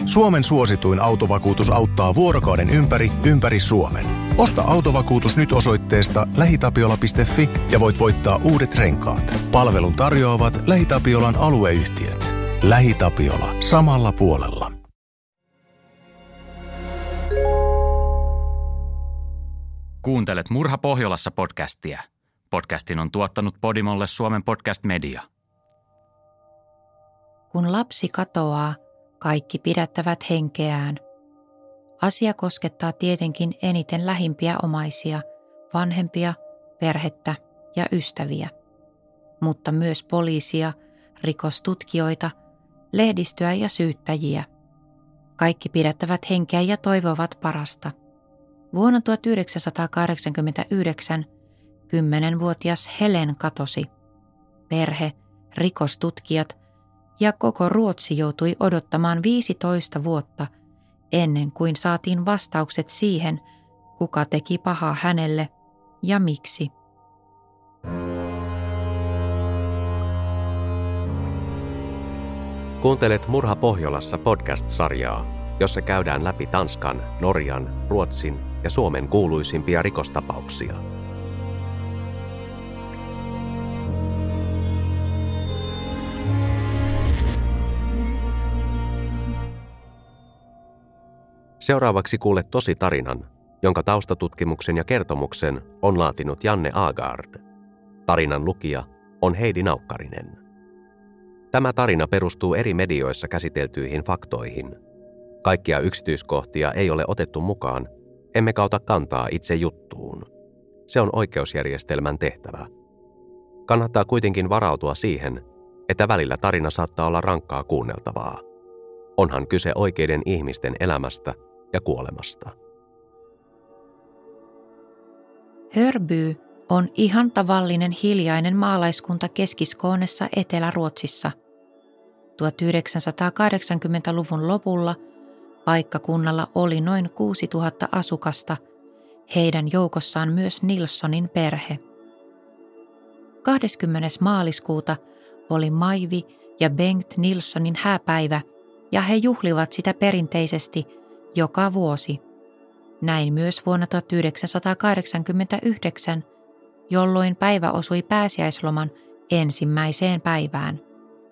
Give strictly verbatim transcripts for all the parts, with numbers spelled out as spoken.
Suomen suosituin autovakuutus auttaa vuorokauden ympäri, ympäri Suomen. Osta autovakuutus nyt osoitteesta lähitapiola piste fi ja voit voittaa uudet renkaat. Palvelun tarjoavat LähiTapiolan alueyhtiöt. LähiTapiola. Samalla puolella. Kuuntelet Murha Pohjolassa podcastia. Podcastin on tuottanut Podimolle Suomen Podcast Media. Kun lapsi katoaa, kaikki pidättävät henkeään. Asia koskettaa tietenkin eniten lähimpiä omaisia, vanhempia, perhettä ja ystäviä. Mutta myös poliisia, rikostutkijoita, lehdistöä ja syyttäjiä. Kaikki pidättävät henkeä ja toivovat parasta. Vuonna tuhatyhdeksänsataakahdeksankymmentäyhdeksän kymmenvuotias Helen katosi. Perhe, rikostutkijat ja koko Ruotsi joutui odottamaan viisitoista vuotta ennen kuin saatiin vastaukset siihen, kuka teki pahaa hänelle ja miksi. Kuuntelet Murha Pohjolassa podcast-sarjaa, jossa käydään läpi Tanskan, Norjan, Ruotsin ja Suomen kuuluisimpia rikostapauksia. Seuraavaksi kuulet tositarinan, jonka taustatutkimuksen ja kertomuksen on laatinut Janne Agard. Tarinan lukija on Heidi Naukkarinen. Tämä tarina perustuu eri medioissa käsiteltyihin faktoihin. Kaikkia yksityiskohtia ei ole otettu mukaan, emmekä ota kantaa itse juttuun. Se on oikeusjärjestelmän tehtävä. Kannattaa kuitenkin varautua siihen, että välillä tarina saattaa olla rankkaa kuunneltavaa. Onhan kyse oikeiden ihmisten elämästä ja kuolemasta. Hörby on ihan tavallinen hiljainen maalaiskunta Keski-Skånessa Etelä-Ruotsissa. tuhatyhdeksänsataakahdeksankymmentäluvun lopulla paikkakunnalla oli noin kuusituhatta asukasta, heidän joukossaan myös Nilssonin perhe. kahdeskymmenes maaliskuuta oli Maivi ja Bengt Nilssonin hääpäivä, ja he juhlivat sitä perinteisesti joka vuosi. Näin myös vuonna tuhatyhdeksänsataakahdeksankymmentäyhdeksän, jolloin päivä osui pääsiäisloman ensimmäiseen päivään.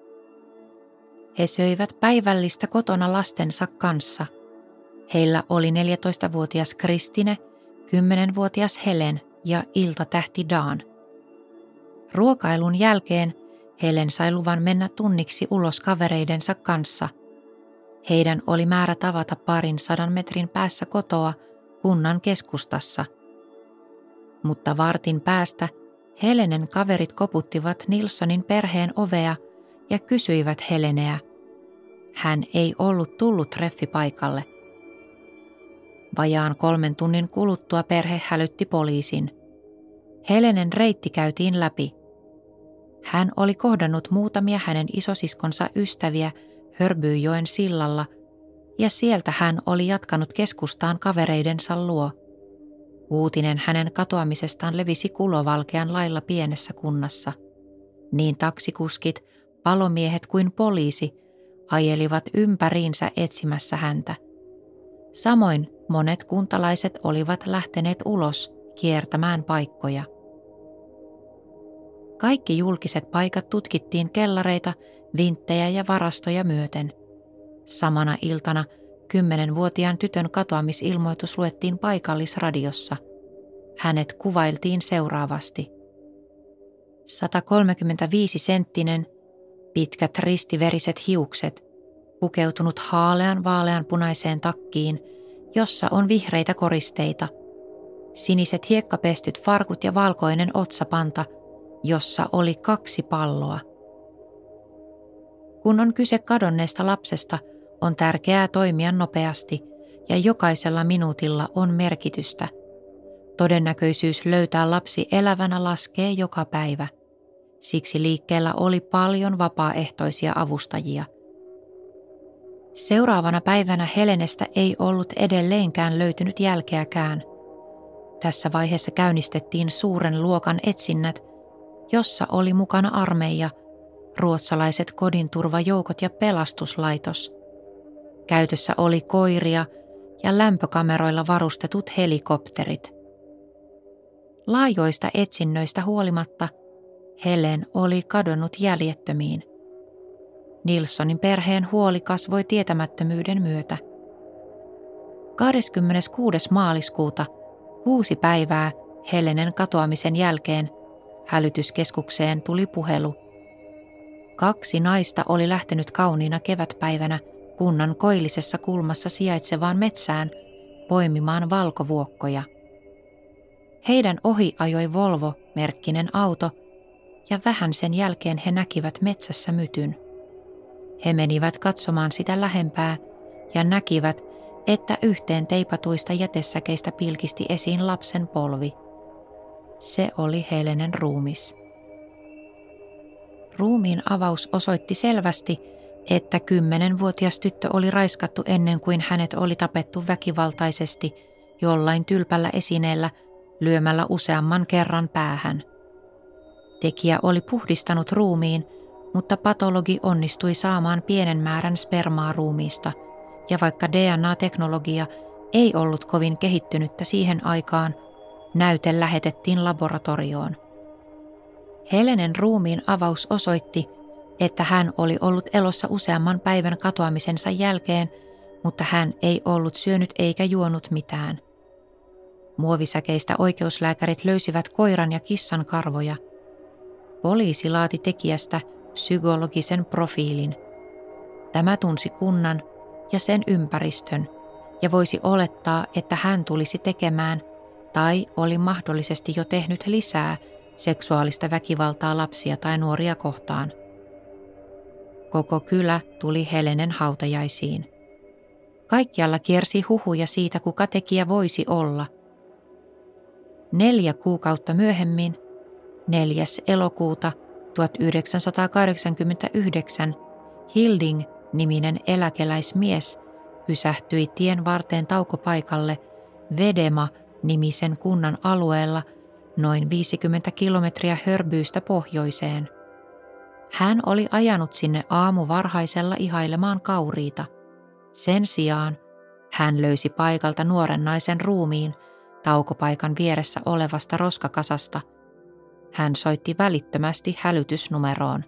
He söivät päivällistä kotona lastensa kanssa. Heillä oli neljätoistavuotias Kristine, kymmenvuotias Helen ja iltatähti Dan. Ruokailun jälkeen Helen sai luvan mennä tunniksi ulos kavereidensa kanssa. Heidän oli määrä tavata parin sadan metrin päässä kotoa kunnan keskustassa. Mutta vartin päästä Helenen kaverit koputtivat Nilssonin perheen ovea ja kysyivät Heleneä. Hän ei ollut tullut treffipaikalle. Vajaan kolmen tunnin kuluttua perhe hälytti poliisin. Helenen reitti käytiin läpi. Hän oli kohdannut muutamia hänen isosiskonsa ystäviä Hörbyjoen sillalla, ja sieltä hän oli jatkanut keskustaan kavereidensa luo. Uutinen hänen katoamisestaan levisi kulovalkean lailla pienessä kunnassa. Niin taksikuskit, palomiehet kuin poliisi ajelivat ympäriinsä etsimässä häntä. Samoin monet kuntalaiset olivat lähteneet ulos kiertämään paikkoja. Kaikki julkiset paikat tutkittiin kellareita, vinttejä ja varastoja myöten. Samana iltana kymmenvuotiaan tytön katoamisilmoitus luettiin paikallisradiossa. Hänet kuvailtiin seuraavasti. sata kolmekymmentäviisi senttinen, pitkät ristiveriset hiukset, pukeutunut haalean vaaleanpunaiseen takkiin, jossa on vihreitä koristeita, siniset hiekkapestyt farkut ja valkoinen otsapanta, jossa oli kaksi palloa. Kun on kyse kadonneesta lapsesta, on tärkeää toimia nopeasti ja jokaisella minuutilla on merkitystä. Todennäköisyys löytää lapsi elävänä laskee joka päivä. Siksi liikkeellä oli paljon vapaaehtoisia avustajia. Seuraavana päivänä Helenestä ei ollut edelleenkään löytynyt jälkeäkään. Tässä vaiheessa käynnistettiin suuren luokan etsinnät, jossa oli mukana armeija, ruotsalaiset kodinturvajoukot ja pelastuslaitos. Käytössä oli koiria ja lämpökameroilla varustetut helikopterit. Laajoista etsinnöistä huolimatta Helen oli kadonnut jäljettömiin. Nilssonin perheen huoli kasvoi tietämättömyyden myötä. kahdeskymmeneskuudes maaliskuuta, kuusi päivää Helenen katoamisen jälkeen, hälytyskeskukseen tuli puhelu. Kaksi naista oli lähtenyt kauniina kevätpäivänä kunnan koillisessa kulmassa sijaitsevaan metsään poimimaan valkovuokkoja. Heidän ohi ajoi Volvo-merkkinen auto ja vähän sen jälkeen he näkivät metsässä mytyn. He menivät katsomaan sitä lähempää ja näkivät, että yhteen teipatuista jätesäkeistä pilkisti esiin lapsen polvi. Se oli Helenen ruumis. Ruumiin avaus osoitti selvästi, että kymmenvuotias tyttö oli raiskattu ennen kuin hänet oli tapettu väkivaltaisesti jollain tylpällä esineellä lyömällä useamman kerran päähän. Tekijä oli puhdistanut ruumiin, mutta patologi onnistui saamaan pienen määrän spermaa ruumiista, ja vaikka D N A-teknologia ei ollut kovin kehittynyttä siihen aikaan, näyte lähetettiin laboratorioon. Helenen ruumiin avaus osoitti, että hän oli ollut elossa useamman päivän katoamisensa jälkeen, mutta hän ei ollut syönyt eikä juonut mitään. Muovisäkeistä oikeuslääkärit löysivät koiran ja kissan karvoja. Poliisi laati tekijästä psykologisen profiilin. Tämä tunsi kunnan ja sen ympäristön ja voisi olettaa, että hän tulisi tekemään tai oli mahdollisesti jo tehnyt lisää seksuaalista väkivaltaa lapsia tai nuoria kohtaan. Koko kylä tuli Helenen hautajaisiin. Kaikkialla kiersi huhuja siitä, kuka tekijä voisi olla. Neljä kuukautta myöhemmin, neljäs elokuuta tuhatyhdeksänsataakahdeksankymmentäyhdeksän, Hilding-niminen eläkeläismies pysähtyi tien varteen taukopaikalle Vedema-nimisen kunnan alueella noin viisikymmentä kilometriä Hörbyystä pohjoiseen. Hän oli ajanut sinne aamuvarhaisella ihailemaan kauriita. Sen sijaan hän löysi paikalta nuoren naisen ruumiin taukopaikan vieressä olevasta roskakasasta. Hän soitti välittömästi hälytysnumeroon.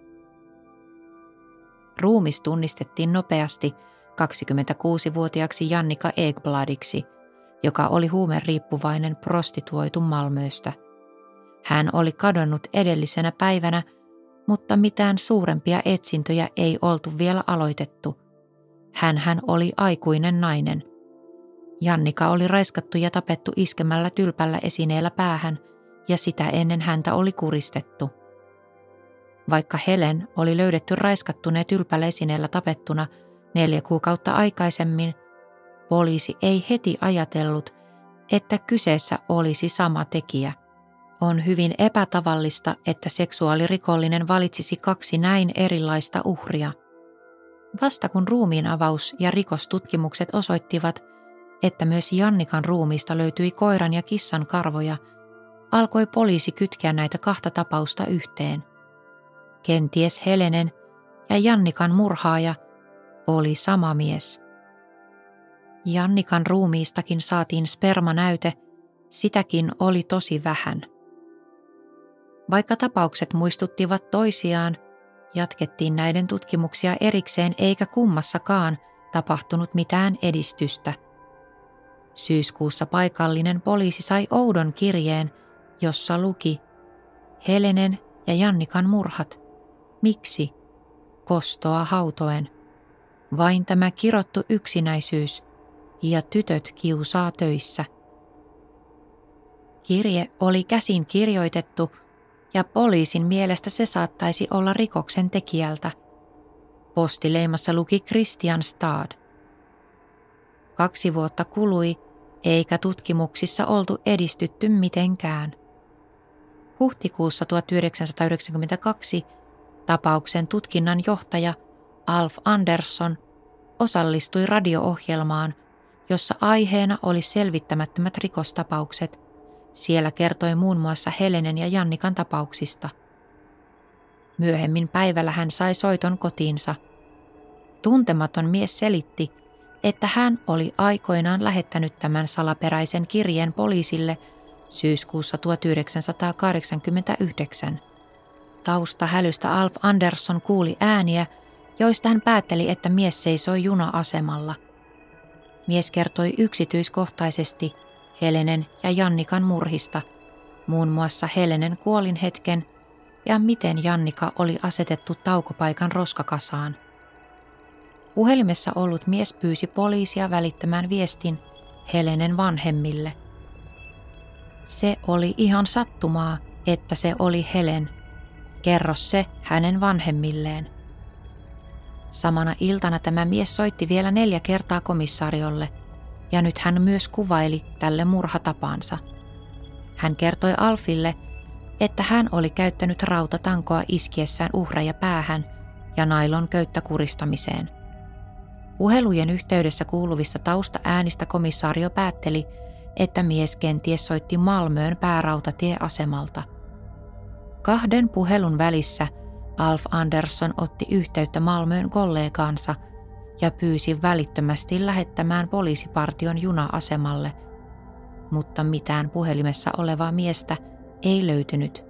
Ruumis tunnistettiin nopeasti kaksikymmentäkuusivuotiaaksi Jannika Ekbladiksi, joka oli huumeriippuvainen prostituoitu Malmöstä. Hän oli kadonnut edellisenä päivänä, mutta mitään suurempia etsintöjä ei oltu vielä aloitettu. Hänhän oli aikuinen nainen. Jannika oli raiskattu ja tapettu iskemällä tylpällä esineellä päähän, ja sitä ennen häntä oli kuristettu. Vaikka Helen oli löydetty raiskattuna ja tylpällä esineellä tapettuna neljä kuukautta aikaisemmin, poliisi ei heti ajatellut, että kyseessä olisi sama tekijä. On hyvin epätavallista, että seksuaalirikollinen valitsisi kaksi näin erilaista uhria. Vasta kun ruumiinavaus ja rikostutkimukset osoittivat, että myös Jannikan ruumiista löytyi koiran ja kissan karvoja, alkoi poliisi kytkeä näitä kahta tapausta yhteen. Kenties Helenen ja Jannikan murhaaja oli sama mies. Jannikan ruumiistakin saatiin spermanäyte, sitäkin oli tosi vähän. Vaikka tapaukset muistuttivat toisiaan, jatkettiin näiden tutkimuksia erikseen eikä kummassakaan tapahtunut mitään edistystä. Syyskuussa paikallinen poliisi sai oudon kirjeen, jossa luki: Helenen ja Jannikan murhat. Miksi? Kostoa hautoen. Vain tämä kirottu yksinäisyys ja tytöt kiusaa töissä. Kirje oli käsin kirjoitettu ja poliisin mielestä se saattaisi olla rikoksen tekijältä. Postileimassa luki Christian Stad. Kaksi vuotta kului, eikä tutkimuksissa oltu edistytty mitenkään. Huhtikuussa tuhatyhdeksänsataayhdeksänkymmentäkaksi tapauksen tutkinnan johtaja Alf Andersson osallistui radio-ohjelmaan, jossa aiheena oli selvittämättömät rikostapaukset. Siellä kertoi muun muassa Helenen ja Jannikan tapauksista. Myöhemmin päivällä hän sai soiton kotiinsa. Tuntematon mies selitti, että hän oli aikoinaan lähettänyt tämän salaperäisen kirjeen poliisille syyskuussa tuhatyhdeksänsataakahdeksankymmentäyhdeksän. Taustahälystä Alf Andersson kuuli ääniä, joista hän päätteli, että mies seisoi juna-asemalla. Mies kertoi yksityiskohtaisesti Helenen ja Jannikan murhista, muun muassa Helenen kuolinhetken ja miten Jannika oli asetettu taukopaikan roskakasaan. Puhelimessa ollut mies pyysi poliisia välittämään viestin Helenen vanhemmille. Se oli ihan sattumaa, että se oli Helen. Kerro se hänen vanhemmilleen. Samana iltana tämä mies soitti vielä neljä kertaa komisariolle, ja nyt hän myös kuvaili tälle murhatapansa. Hän kertoi Alfille, että hän oli käyttänyt rautatankoa iskiessään uhreja päähän ja nailon köyttä kuristamiseen. Puhelujen yhteydessä kuuluvista taustaäänistä komisario päätteli, että mies kenties soitti Malmöön päärautatieasemalta. Kahden puhelun välissä Alf Andersson otti yhteyttä Malmöön kollegaansa ja pyysi välittömästi lähettämään poliisipartion juna-asemalle, mutta mitään puhelimessa olevaa miestä ei löytynyt.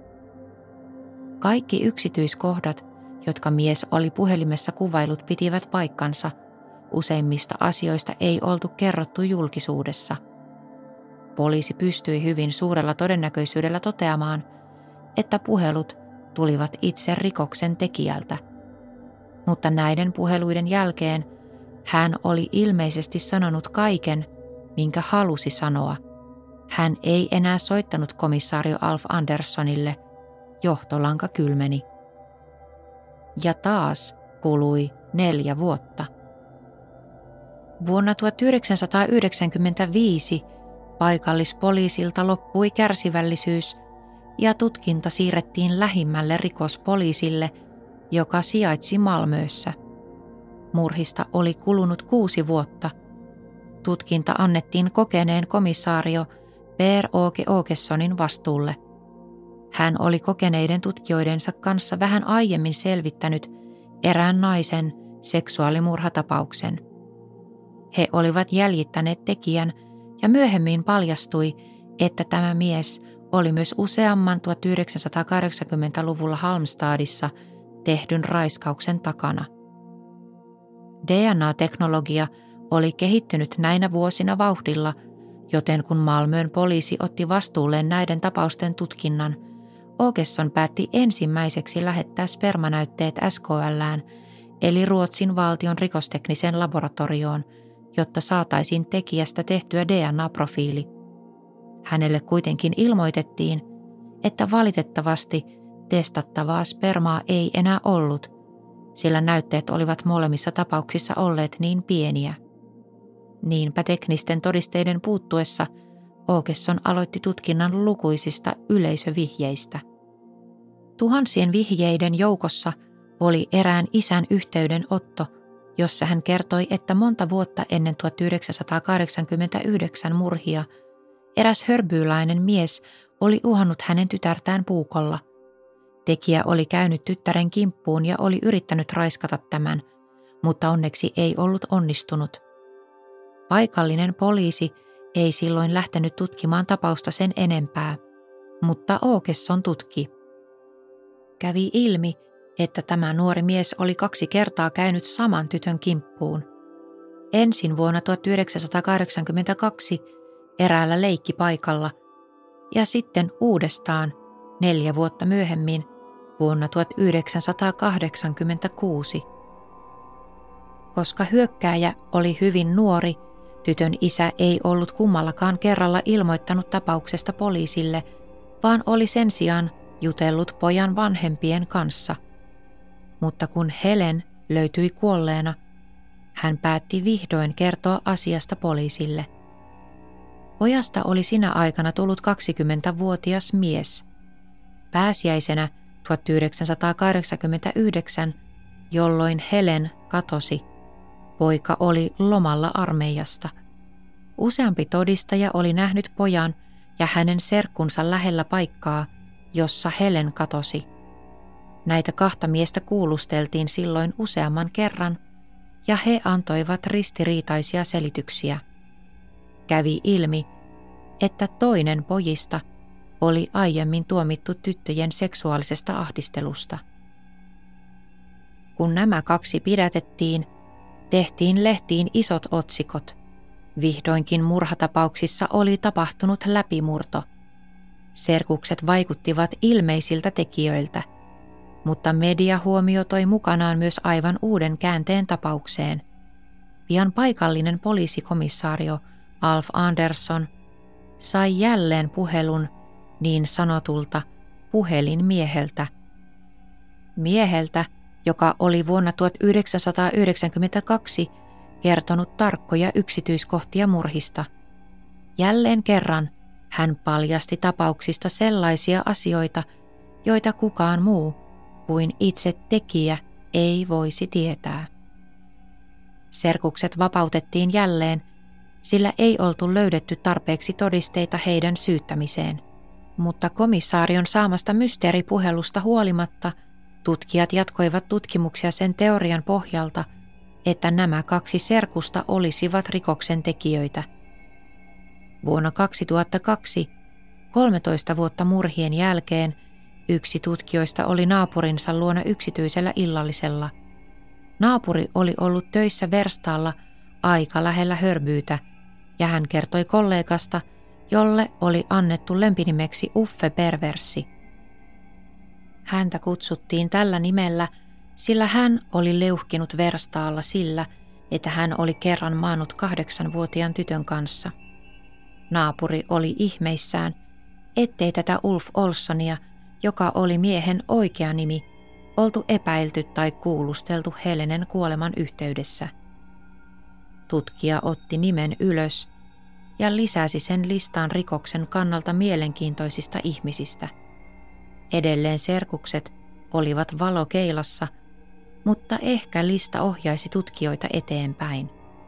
Kaikki yksityiskohdat, jotka mies oli puhelimessa kuvailut, pitivät paikkansa. Useimmista asioista ei oltu kerrottu julkisuudessa. Poliisi pystyi hyvin suurella todennäköisyydellä toteamaan, että puhelut tulivat itse rikoksen tekijältä. Mutta näiden puheluiden jälkeen hän oli ilmeisesti sanonut kaiken, minkä halusi sanoa. Hän ei enää soittanut komisario Alf Anderssonille. Johtolanka kylmeni. Ja taas kului neljä vuotta. Vuonna tuhatyhdeksänsataayhdeksänkymmentäviisi paikallispoliisilta loppui kärsivällisyys ja tutkinta siirrettiin lähimmälle rikospoliisille, joka sijaitsi Malmössä. Murhista oli kulunut kuusi vuotta. Tutkinta annettiin kokeneen komisaario Per Åke Åkessonin vastuulle. Hän oli kokeneiden tutkijoidensa kanssa vähän aiemmin selvittänyt erään naisen seksuaalimurhatapauksen. He olivat jäljittäneet tekijän ja myöhemmin paljastui, että tämä mies oli myös useamman tuhatyhdeksänsataakahdeksankymmentäluvulla Halmstadissa tehdyn raiskauksen takana. D N A-teknologia oli kehittynyt näinä vuosina vauhdilla, joten kun Malmön poliisi otti vastuulleen näiden tapausten tutkinnan, Åkesson päätti ensimmäiseksi lähettää spermanäytteet S K L:ään, eli Ruotsin valtion rikostekniseen laboratorioon, jotta saataisiin tekijästä tehtyä D N A-profiili. Hänelle kuitenkin ilmoitettiin, että valitettavasti testattavaa spermaa ei enää ollut, sillä näytteet olivat molemmissa tapauksissa olleet niin pieniä. Niinpä teknisten todisteiden puuttuessa Åkesson aloitti tutkinnan lukuisista yleisövihjeistä. Tuhansien vihjeiden joukossa oli erään isän yhteydenotto, jossa hän kertoi, että monta vuotta ennen tuhatyhdeksänsataakahdeksankymmentäyhdeksän murhia eräs hörbyyläinen mies oli uhannut hänen tytärtään puukolla. Tekijä oli käynyt tyttären kimppuun ja oli yrittänyt raiskata tämän, mutta onneksi ei ollut onnistunut. Paikallinen poliisi ei silloin lähtenyt tutkimaan tapausta sen enempää, mutta Åkesson tutki. Kävi ilmi, että tämä nuori mies oli kaksi kertaa käynyt saman tytön kimppuun. Ensin vuonna tuhatyhdeksänsataakahdeksankymmentäkaksi eräällä leikkipaikalla ja sitten uudestaan neljä vuotta myöhemmin vuonna tuhatyhdeksänsataakahdeksankymmentäkuusi. Koska hyökkääjä oli hyvin nuori, tytön isä ei ollut kummallakaan kerralla ilmoittanut tapauksesta poliisille, vaan oli sen sijaan jutellut pojan vanhempien kanssa. Mutta kun Helen löytyi kuolleena, hän päätti vihdoin kertoa asiasta poliisille. Pojasta oli sinä aikana tullut kaksikymmentävuotias mies. Pääsiäisenä tuhatyhdeksänsataakahdeksankymmentäyhdeksän, jolloin Helen katosi, poika oli lomalla armeijasta. Useampi todistaja oli nähnyt pojan ja hänen serkkunsa lähellä paikkaa, jossa Helen katosi. Näitä kahta miestä kuulusteltiin silloin useamman kerran, ja he antoivat ristiriitaisia selityksiä. Kävi ilmi, että toinen pojista oli aiemmin tuomittu tyttöjen seksuaalisesta ahdistelusta. Kun nämä kaksi pidätettiin, tehtiin lehtiin isot otsikot. Vihdoinkin murhatapauksissa oli tapahtunut läpimurto. Serkukset vaikuttivat ilmeisiltä tekijöiltä, mutta media huomioi mukanaan myös aivan uuden käänteen tapaukseen. Pian paikallinen poliisikomissaario Alf Andersson sai jälleen puhelun niin sanotulta puhelinmieheltä. Mieheltä, joka oli vuonna tuhatyhdeksänsataayhdeksänkymmentäkaksi kertonut tarkkoja yksityiskohtia murhista. Jälleen kerran hän paljasti tapauksista sellaisia asioita, joita kukaan muu kuin itse tekijä ei voisi tietää. Serkukset vapautettiin jälleen, sillä ei oltu löydetty tarpeeksi todisteita heidän syyttämiseen. Mutta komissaarion saamasta mysteeripuhelusta huolimatta tutkijat jatkoivat tutkimuksia sen teorian pohjalta, että nämä kaksi serkusta olisivat rikoksen tekijöitä. Vuonna kaksituhattakaksi, kolmetoista vuotta murhien jälkeen, yksi tutkijoista oli naapurinsa luona yksityisellä illallisella. Naapuri oli ollut töissä verstaalla aika lähellä Hörbyytä, ja hän kertoi kollegasta, jolle oli annettu lempinimeksi Uffe Perverssi. Häntä kutsuttiin tällä nimellä, sillä hän oli leuhkinut verstaalla sillä, että hän oli kerran maannut kahdeksanvuotiaan tytön kanssa. Naapuri oli ihmeissään, ettei tätä Ulf Olssonia, joka oli miehen oikea nimi, oltu epäilty tai kuulusteltu Helenen kuoleman yhteydessä. Tutkija otti nimen ylös ja lisäsi sen listaan rikoksen kannalta mielenkiintoisista ihmisistä. Edelleen serkukset olivat valokeilassa, mutta ehkä lista ohjaisi tutkijoita eteenpäin.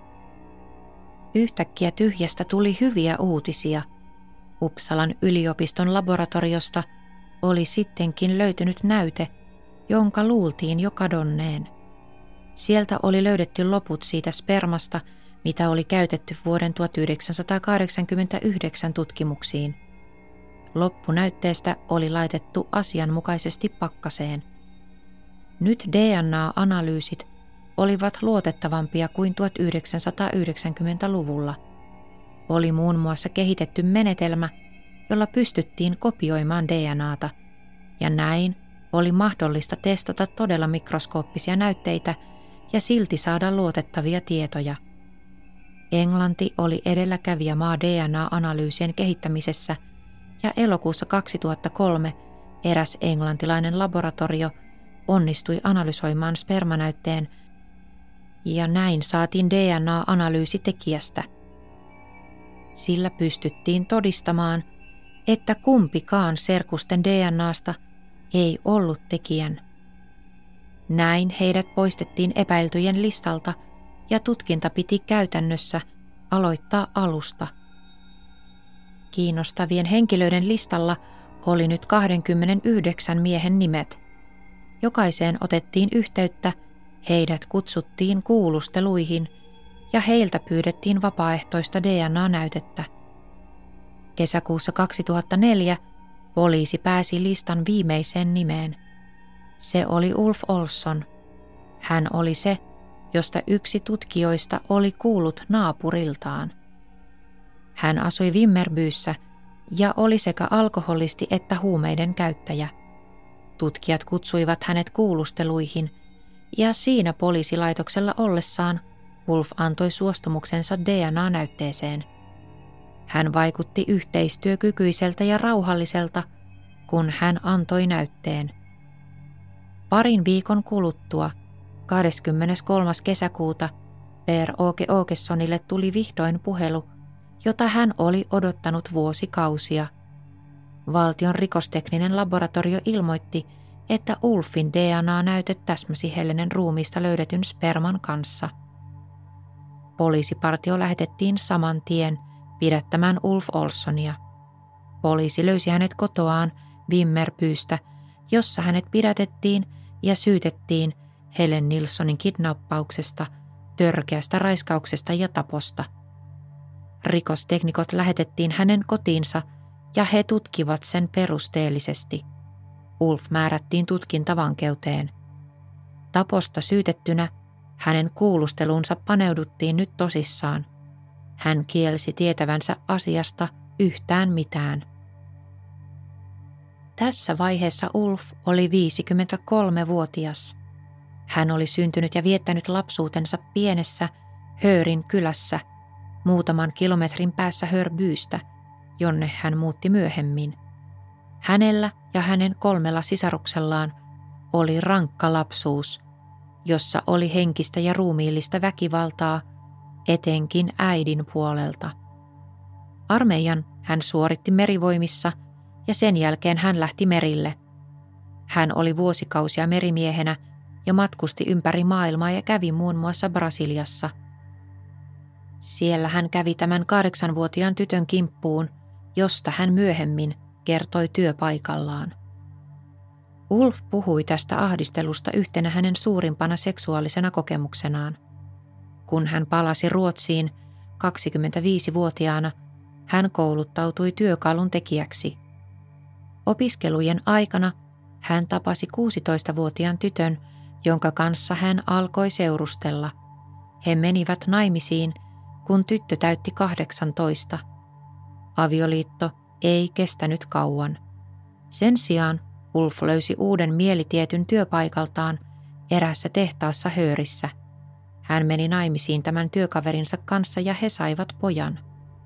Yhtäkkiä tyhjästä tuli hyviä uutisia. Uppsalan yliopiston laboratoriosta oli sittenkin löytynyt näyte, jonka luultiin jo kadonneen. Sieltä oli löydetty loput siitä spermasta, mitä oli käytetty vuoden tuhatyhdeksänsataakahdeksankymmentäyhdeksän tutkimuksiin. Loppunäytteestä oli laitettu asianmukaisesti pakkaseen. Nyt D N A-analyysit olivat luotettavampia kuin tuhatyhdeksänsataayhdeksänkymmentäluvulla. Oli muun muassa kehitetty menetelmä, jolla pystyttiin kopioimaan D N A:ta, ja näin oli mahdollista testata todella mikroskooppisia näytteitä ja silti saada luotettavia tietoja. Englanti oli edelläkävijämaa D N A-analyysien kehittämisessä, ja elokuussa kaksituhattakolme eräs englantilainen laboratorio onnistui analysoimaan spermanäytteen, ja näin saatiin D N A-analyysi tekijästä. Sillä pystyttiin todistamaan, että kumpikaan serkusten D N A:sta ei ollut tekijän. Näin heidät poistettiin epäiltyjen listalta ja tutkinta piti käytännössä aloittaa alusta. Kiinnostavien henkilöiden listalla oli nyt kaksikymmentäyhdeksän miehen nimet. Jokaiseen otettiin yhteyttä, heidät kutsuttiin kuulusteluihin ja heiltä pyydettiin vapaaehtoista D N A-näytettä. Kesäkuussa kaksituhattaneljä poliisi pääsi listan viimeiseen nimeen. Se oli Ulf Olsson. Hän oli se, josta yksi tutkijoista oli kuullut naapuriltaan. Hän asui Vimmerbyyssä ja oli sekä alkoholisti että huumeiden käyttäjä. Tutkijat kutsuivat hänet kuulusteluihin ja siinä poliisilaitoksella ollessaan Ulf antoi suostumuksensa D N A-näytteeseen. Hän vaikutti yhteistyökykyiseltä ja rauhalliselta, kun hän antoi näytteen. Parin viikon kuluttua, kahdeskymmeneskolmas kesäkuuta, Per Åke Åkessonille tuli vihdoin puhelu, jota hän oli odottanut vuosikausia. Valtion rikostekninen laboratorio ilmoitti, että Ulfin D N A-näyte täsmäsi Helenen ruumiista löydetyn sperman kanssa. Poliisipartio lähetettiin saman tien pidättämään Ulf Olssonia. Poliisi löysi hänet kotoaan Vimmerbyystä, jossa hänet pidätettiin ja syytettiin Helen Nilssonin kidnappauksesta, törkeästä raiskauksesta ja taposta. Rikosteknikot lähetettiin hänen kotiinsa ja he tutkivat sen perusteellisesti. Ulf määrättiin tutkintavankeuteen. Taposta syytettynä hänen kuulustelunsa paneuduttiin nyt tosissaan. Hän kielsi tietävänsä asiasta yhtään mitään. Tässä vaiheessa Ulf oli viisikymmentäkolmevuotias. Hän oli syntynyt ja viettänyt lapsuutensa pienessä Hörin kylässä, muutaman kilometrin päässä Hörbyystä, jonne hän muutti myöhemmin. Hänellä ja hänen kolmella sisaruksellaan oli rankka lapsuus, jossa oli henkistä ja ruumiillista väkivaltaa, etenkin äidin puolelta. Armeijan hän suoritti merivoimissa ja sen jälkeen hän lähti merille. Hän oli vuosikausia merimiehenä ja matkusti ympäri maailmaa ja kävi muun muassa Brasiliassa. Siellä hän kävi tämän kahdeksanvuotiaan tytön kimppuun, josta hän myöhemmin kertoi työpaikallaan. Ulf puhui tästä ahdistelusta yhtenä hänen suurimpana seksuaalisena kokemuksenaan. Kun hän palasi Ruotsiin kaksikymmentäviisivuotiaana, hän kouluttautui työkalun tekijäksi. Opiskelujen aikana hän tapasi kuusitoistavuotiaan tytön, jonka kanssa hän alkoi seurustella. He menivät naimisiin, kun tyttö täytti kahdeksantoista. Avioliitto ei kestänyt kauan. Sen sijaan Ulf löysi uuden mielitietyn työpaikaltaan eräässä tehtaassa Hörissä. Hän meni naimisiin tämän työkaverinsa kanssa ja he saivat pojan.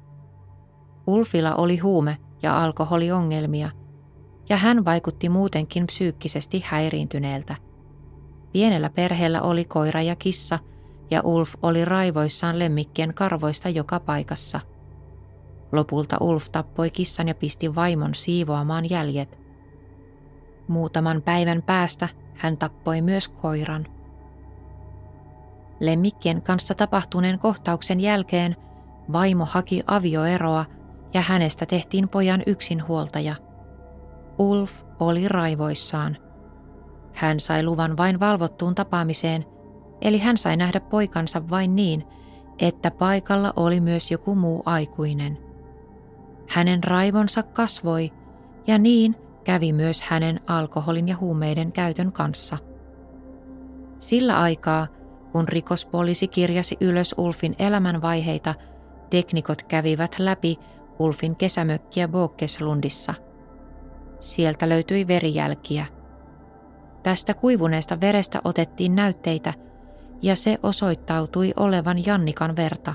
Ulfilla oli huume- ja alkoholiongelmia, ja hän vaikutti muutenkin psyykkisesti häiriintyneeltä. Pienellä perheellä oli koira ja kissa, ja Ulf oli raivoissaan lemmikkien karvoista joka paikassa. Lopulta Ulf tappoi kissan ja pisti vaimon siivoamaan jäljet. Muutaman päivän päästä hän tappoi myös koiran. Lemmikkien kanssa tapahtuneen kohtauksen jälkeen vaimo haki avioeroa ja hänestä tehtiin pojan yksinhuoltaja. Ulf oli raivoissaan. Hän sai luvan vain valvottuun tapaamiseen, eli hän sai nähdä poikansa vain niin, että paikalla oli myös joku muu aikuinen. Hänen raivonsa kasvoi ja niin kävi myös hänen alkoholin ja huumeiden käytön kanssa. Sillä aikaa, kun rikospoliisi kirjasi ylös Ulfin elämänvaiheita, teknikot kävivät läpi Ulfin kesämökkiä Båkeslundissa. Sieltä löytyi verijälkiä. Tästä kuivuneesta verestä otettiin näytteitä ja se osoittautui olevan Jannikan verta.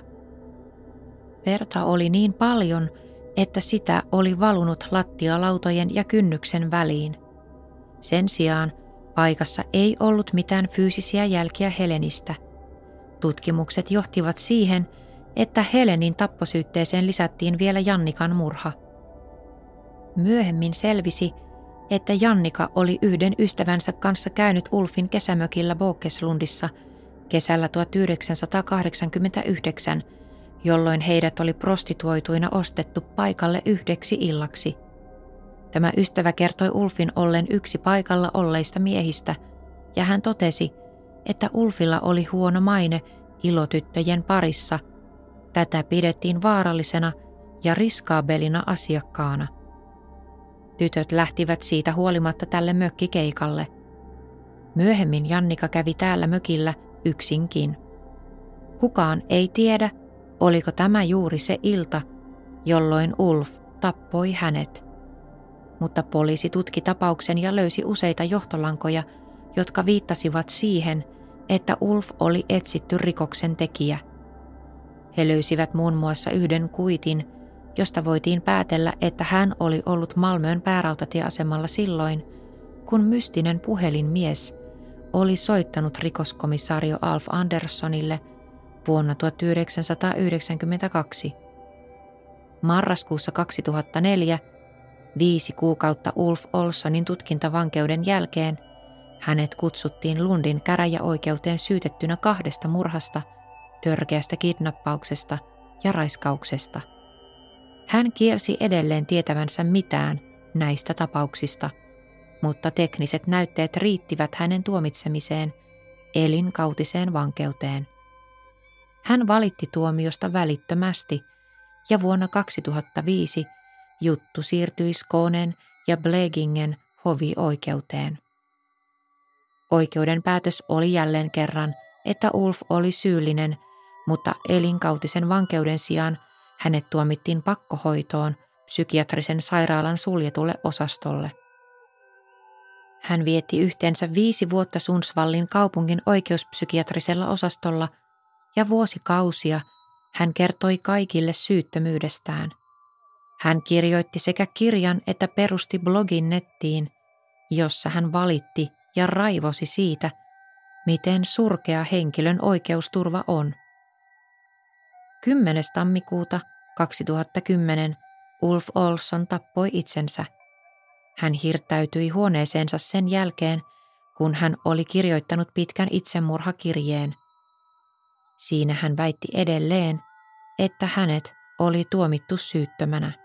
Verta oli niin paljon, että sitä oli valunut lattialautojen ja kynnyksen väliin. Sen sijaan paikassa ei ollut mitään fyysisiä jälkiä Helenistä. Tutkimukset johtivat siihen, että Helenin tapposyytteeseen lisättiin vielä Jannikan murha. Myöhemmin selvisi, että Jannika oli yhden ystävänsä kanssa käynyt Ulfin kesämökillä Båkeslundissa kesällä tuhatyhdeksänsataakahdeksankymmentäyhdeksän, jolloin heidät oli prostituoituina ostettu paikalle yhdeksi illaksi. Tämä ystävä kertoi Ulfin ollen yksi paikalla olleista miehistä, ja hän totesi, että Ulfilla oli huono maine ilotyttöjen parissa. Tätä pidettiin vaarallisena ja riskaabelina asiakkaana. Tytöt lähtivät siitä huolimatta tälle mökkikeikalle. Myöhemmin Jannika kävi täällä mökillä yksinkin. Kukaan ei tiedä, oliko tämä juuri se ilta, jolloin Ulf tappoi hänet. Mutta poliisi tutki tapauksen ja löysi useita johtolankoja, jotka viittasivat siihen, että Ulf oli etsitty rikoksen tekijä. He löysivät muun muassa yhden kuitin, josta voitiin päätellä, että hän oli ollut Malmön päärautatieasemalla silloin, kun mystinen puhelinmies oli soittanut rikoskomissaario Alf Anderssonille vuonna tuhatyhdeksänsataayhdeksänkymmentäkaksi. Marraskuussa kaksituhattaneljä, viisi kuukautta Ulf Olssonin tutkintavankeuden jälkeen, hänet kutsuttiin Lundin käräjäoikeuteen syytettynä kahdesta murhasta, törkeästä kidnappauksesta ja raiskauksesta. Hän kielsi edelleen tietävänsä mitään näistä tapauksista, mutta tekniset näytteet riittivät hänen tuomitsemiseen elinkautiseen vankeuteen. Hän valitti tuomiosta välittömästi ja vuonna kaksituhattaviisi juttu siirtyi Skånen ja Blekingen hovioikeuteen. Oikeuden päätös oli jälleen kerran, että Ulf oli syyllinen, mutta elinkautisen vankeuden sijaan hänet tuomittiin pakkohoitoon psykiatrisen sairaalan suljetulle osastolle. Hän vietti yhteensä viisi vuotta Sundsvallin kaupungin oikeuspsykiatrisella osastolla ja vuosikausia hän kertoi kaikille syyttömyydestään. Hän kirjoitti sekä kirjan että perusti blogin nettiin, jossa hän valitti ja raivosi siitä, miten surkea henkilön oikeusturva on. kymmenes tammikuuta kaksituhattakymmenen Ulf Olsson tappoi itsensä. Hän hirttäytyi huoneeseensa sen jälkeen, kun hän oli kirjoittanut pitkän itsemurhakirjeen. Siinä hän väitti edelleen, että hänet oli tuomittu syyttömänä.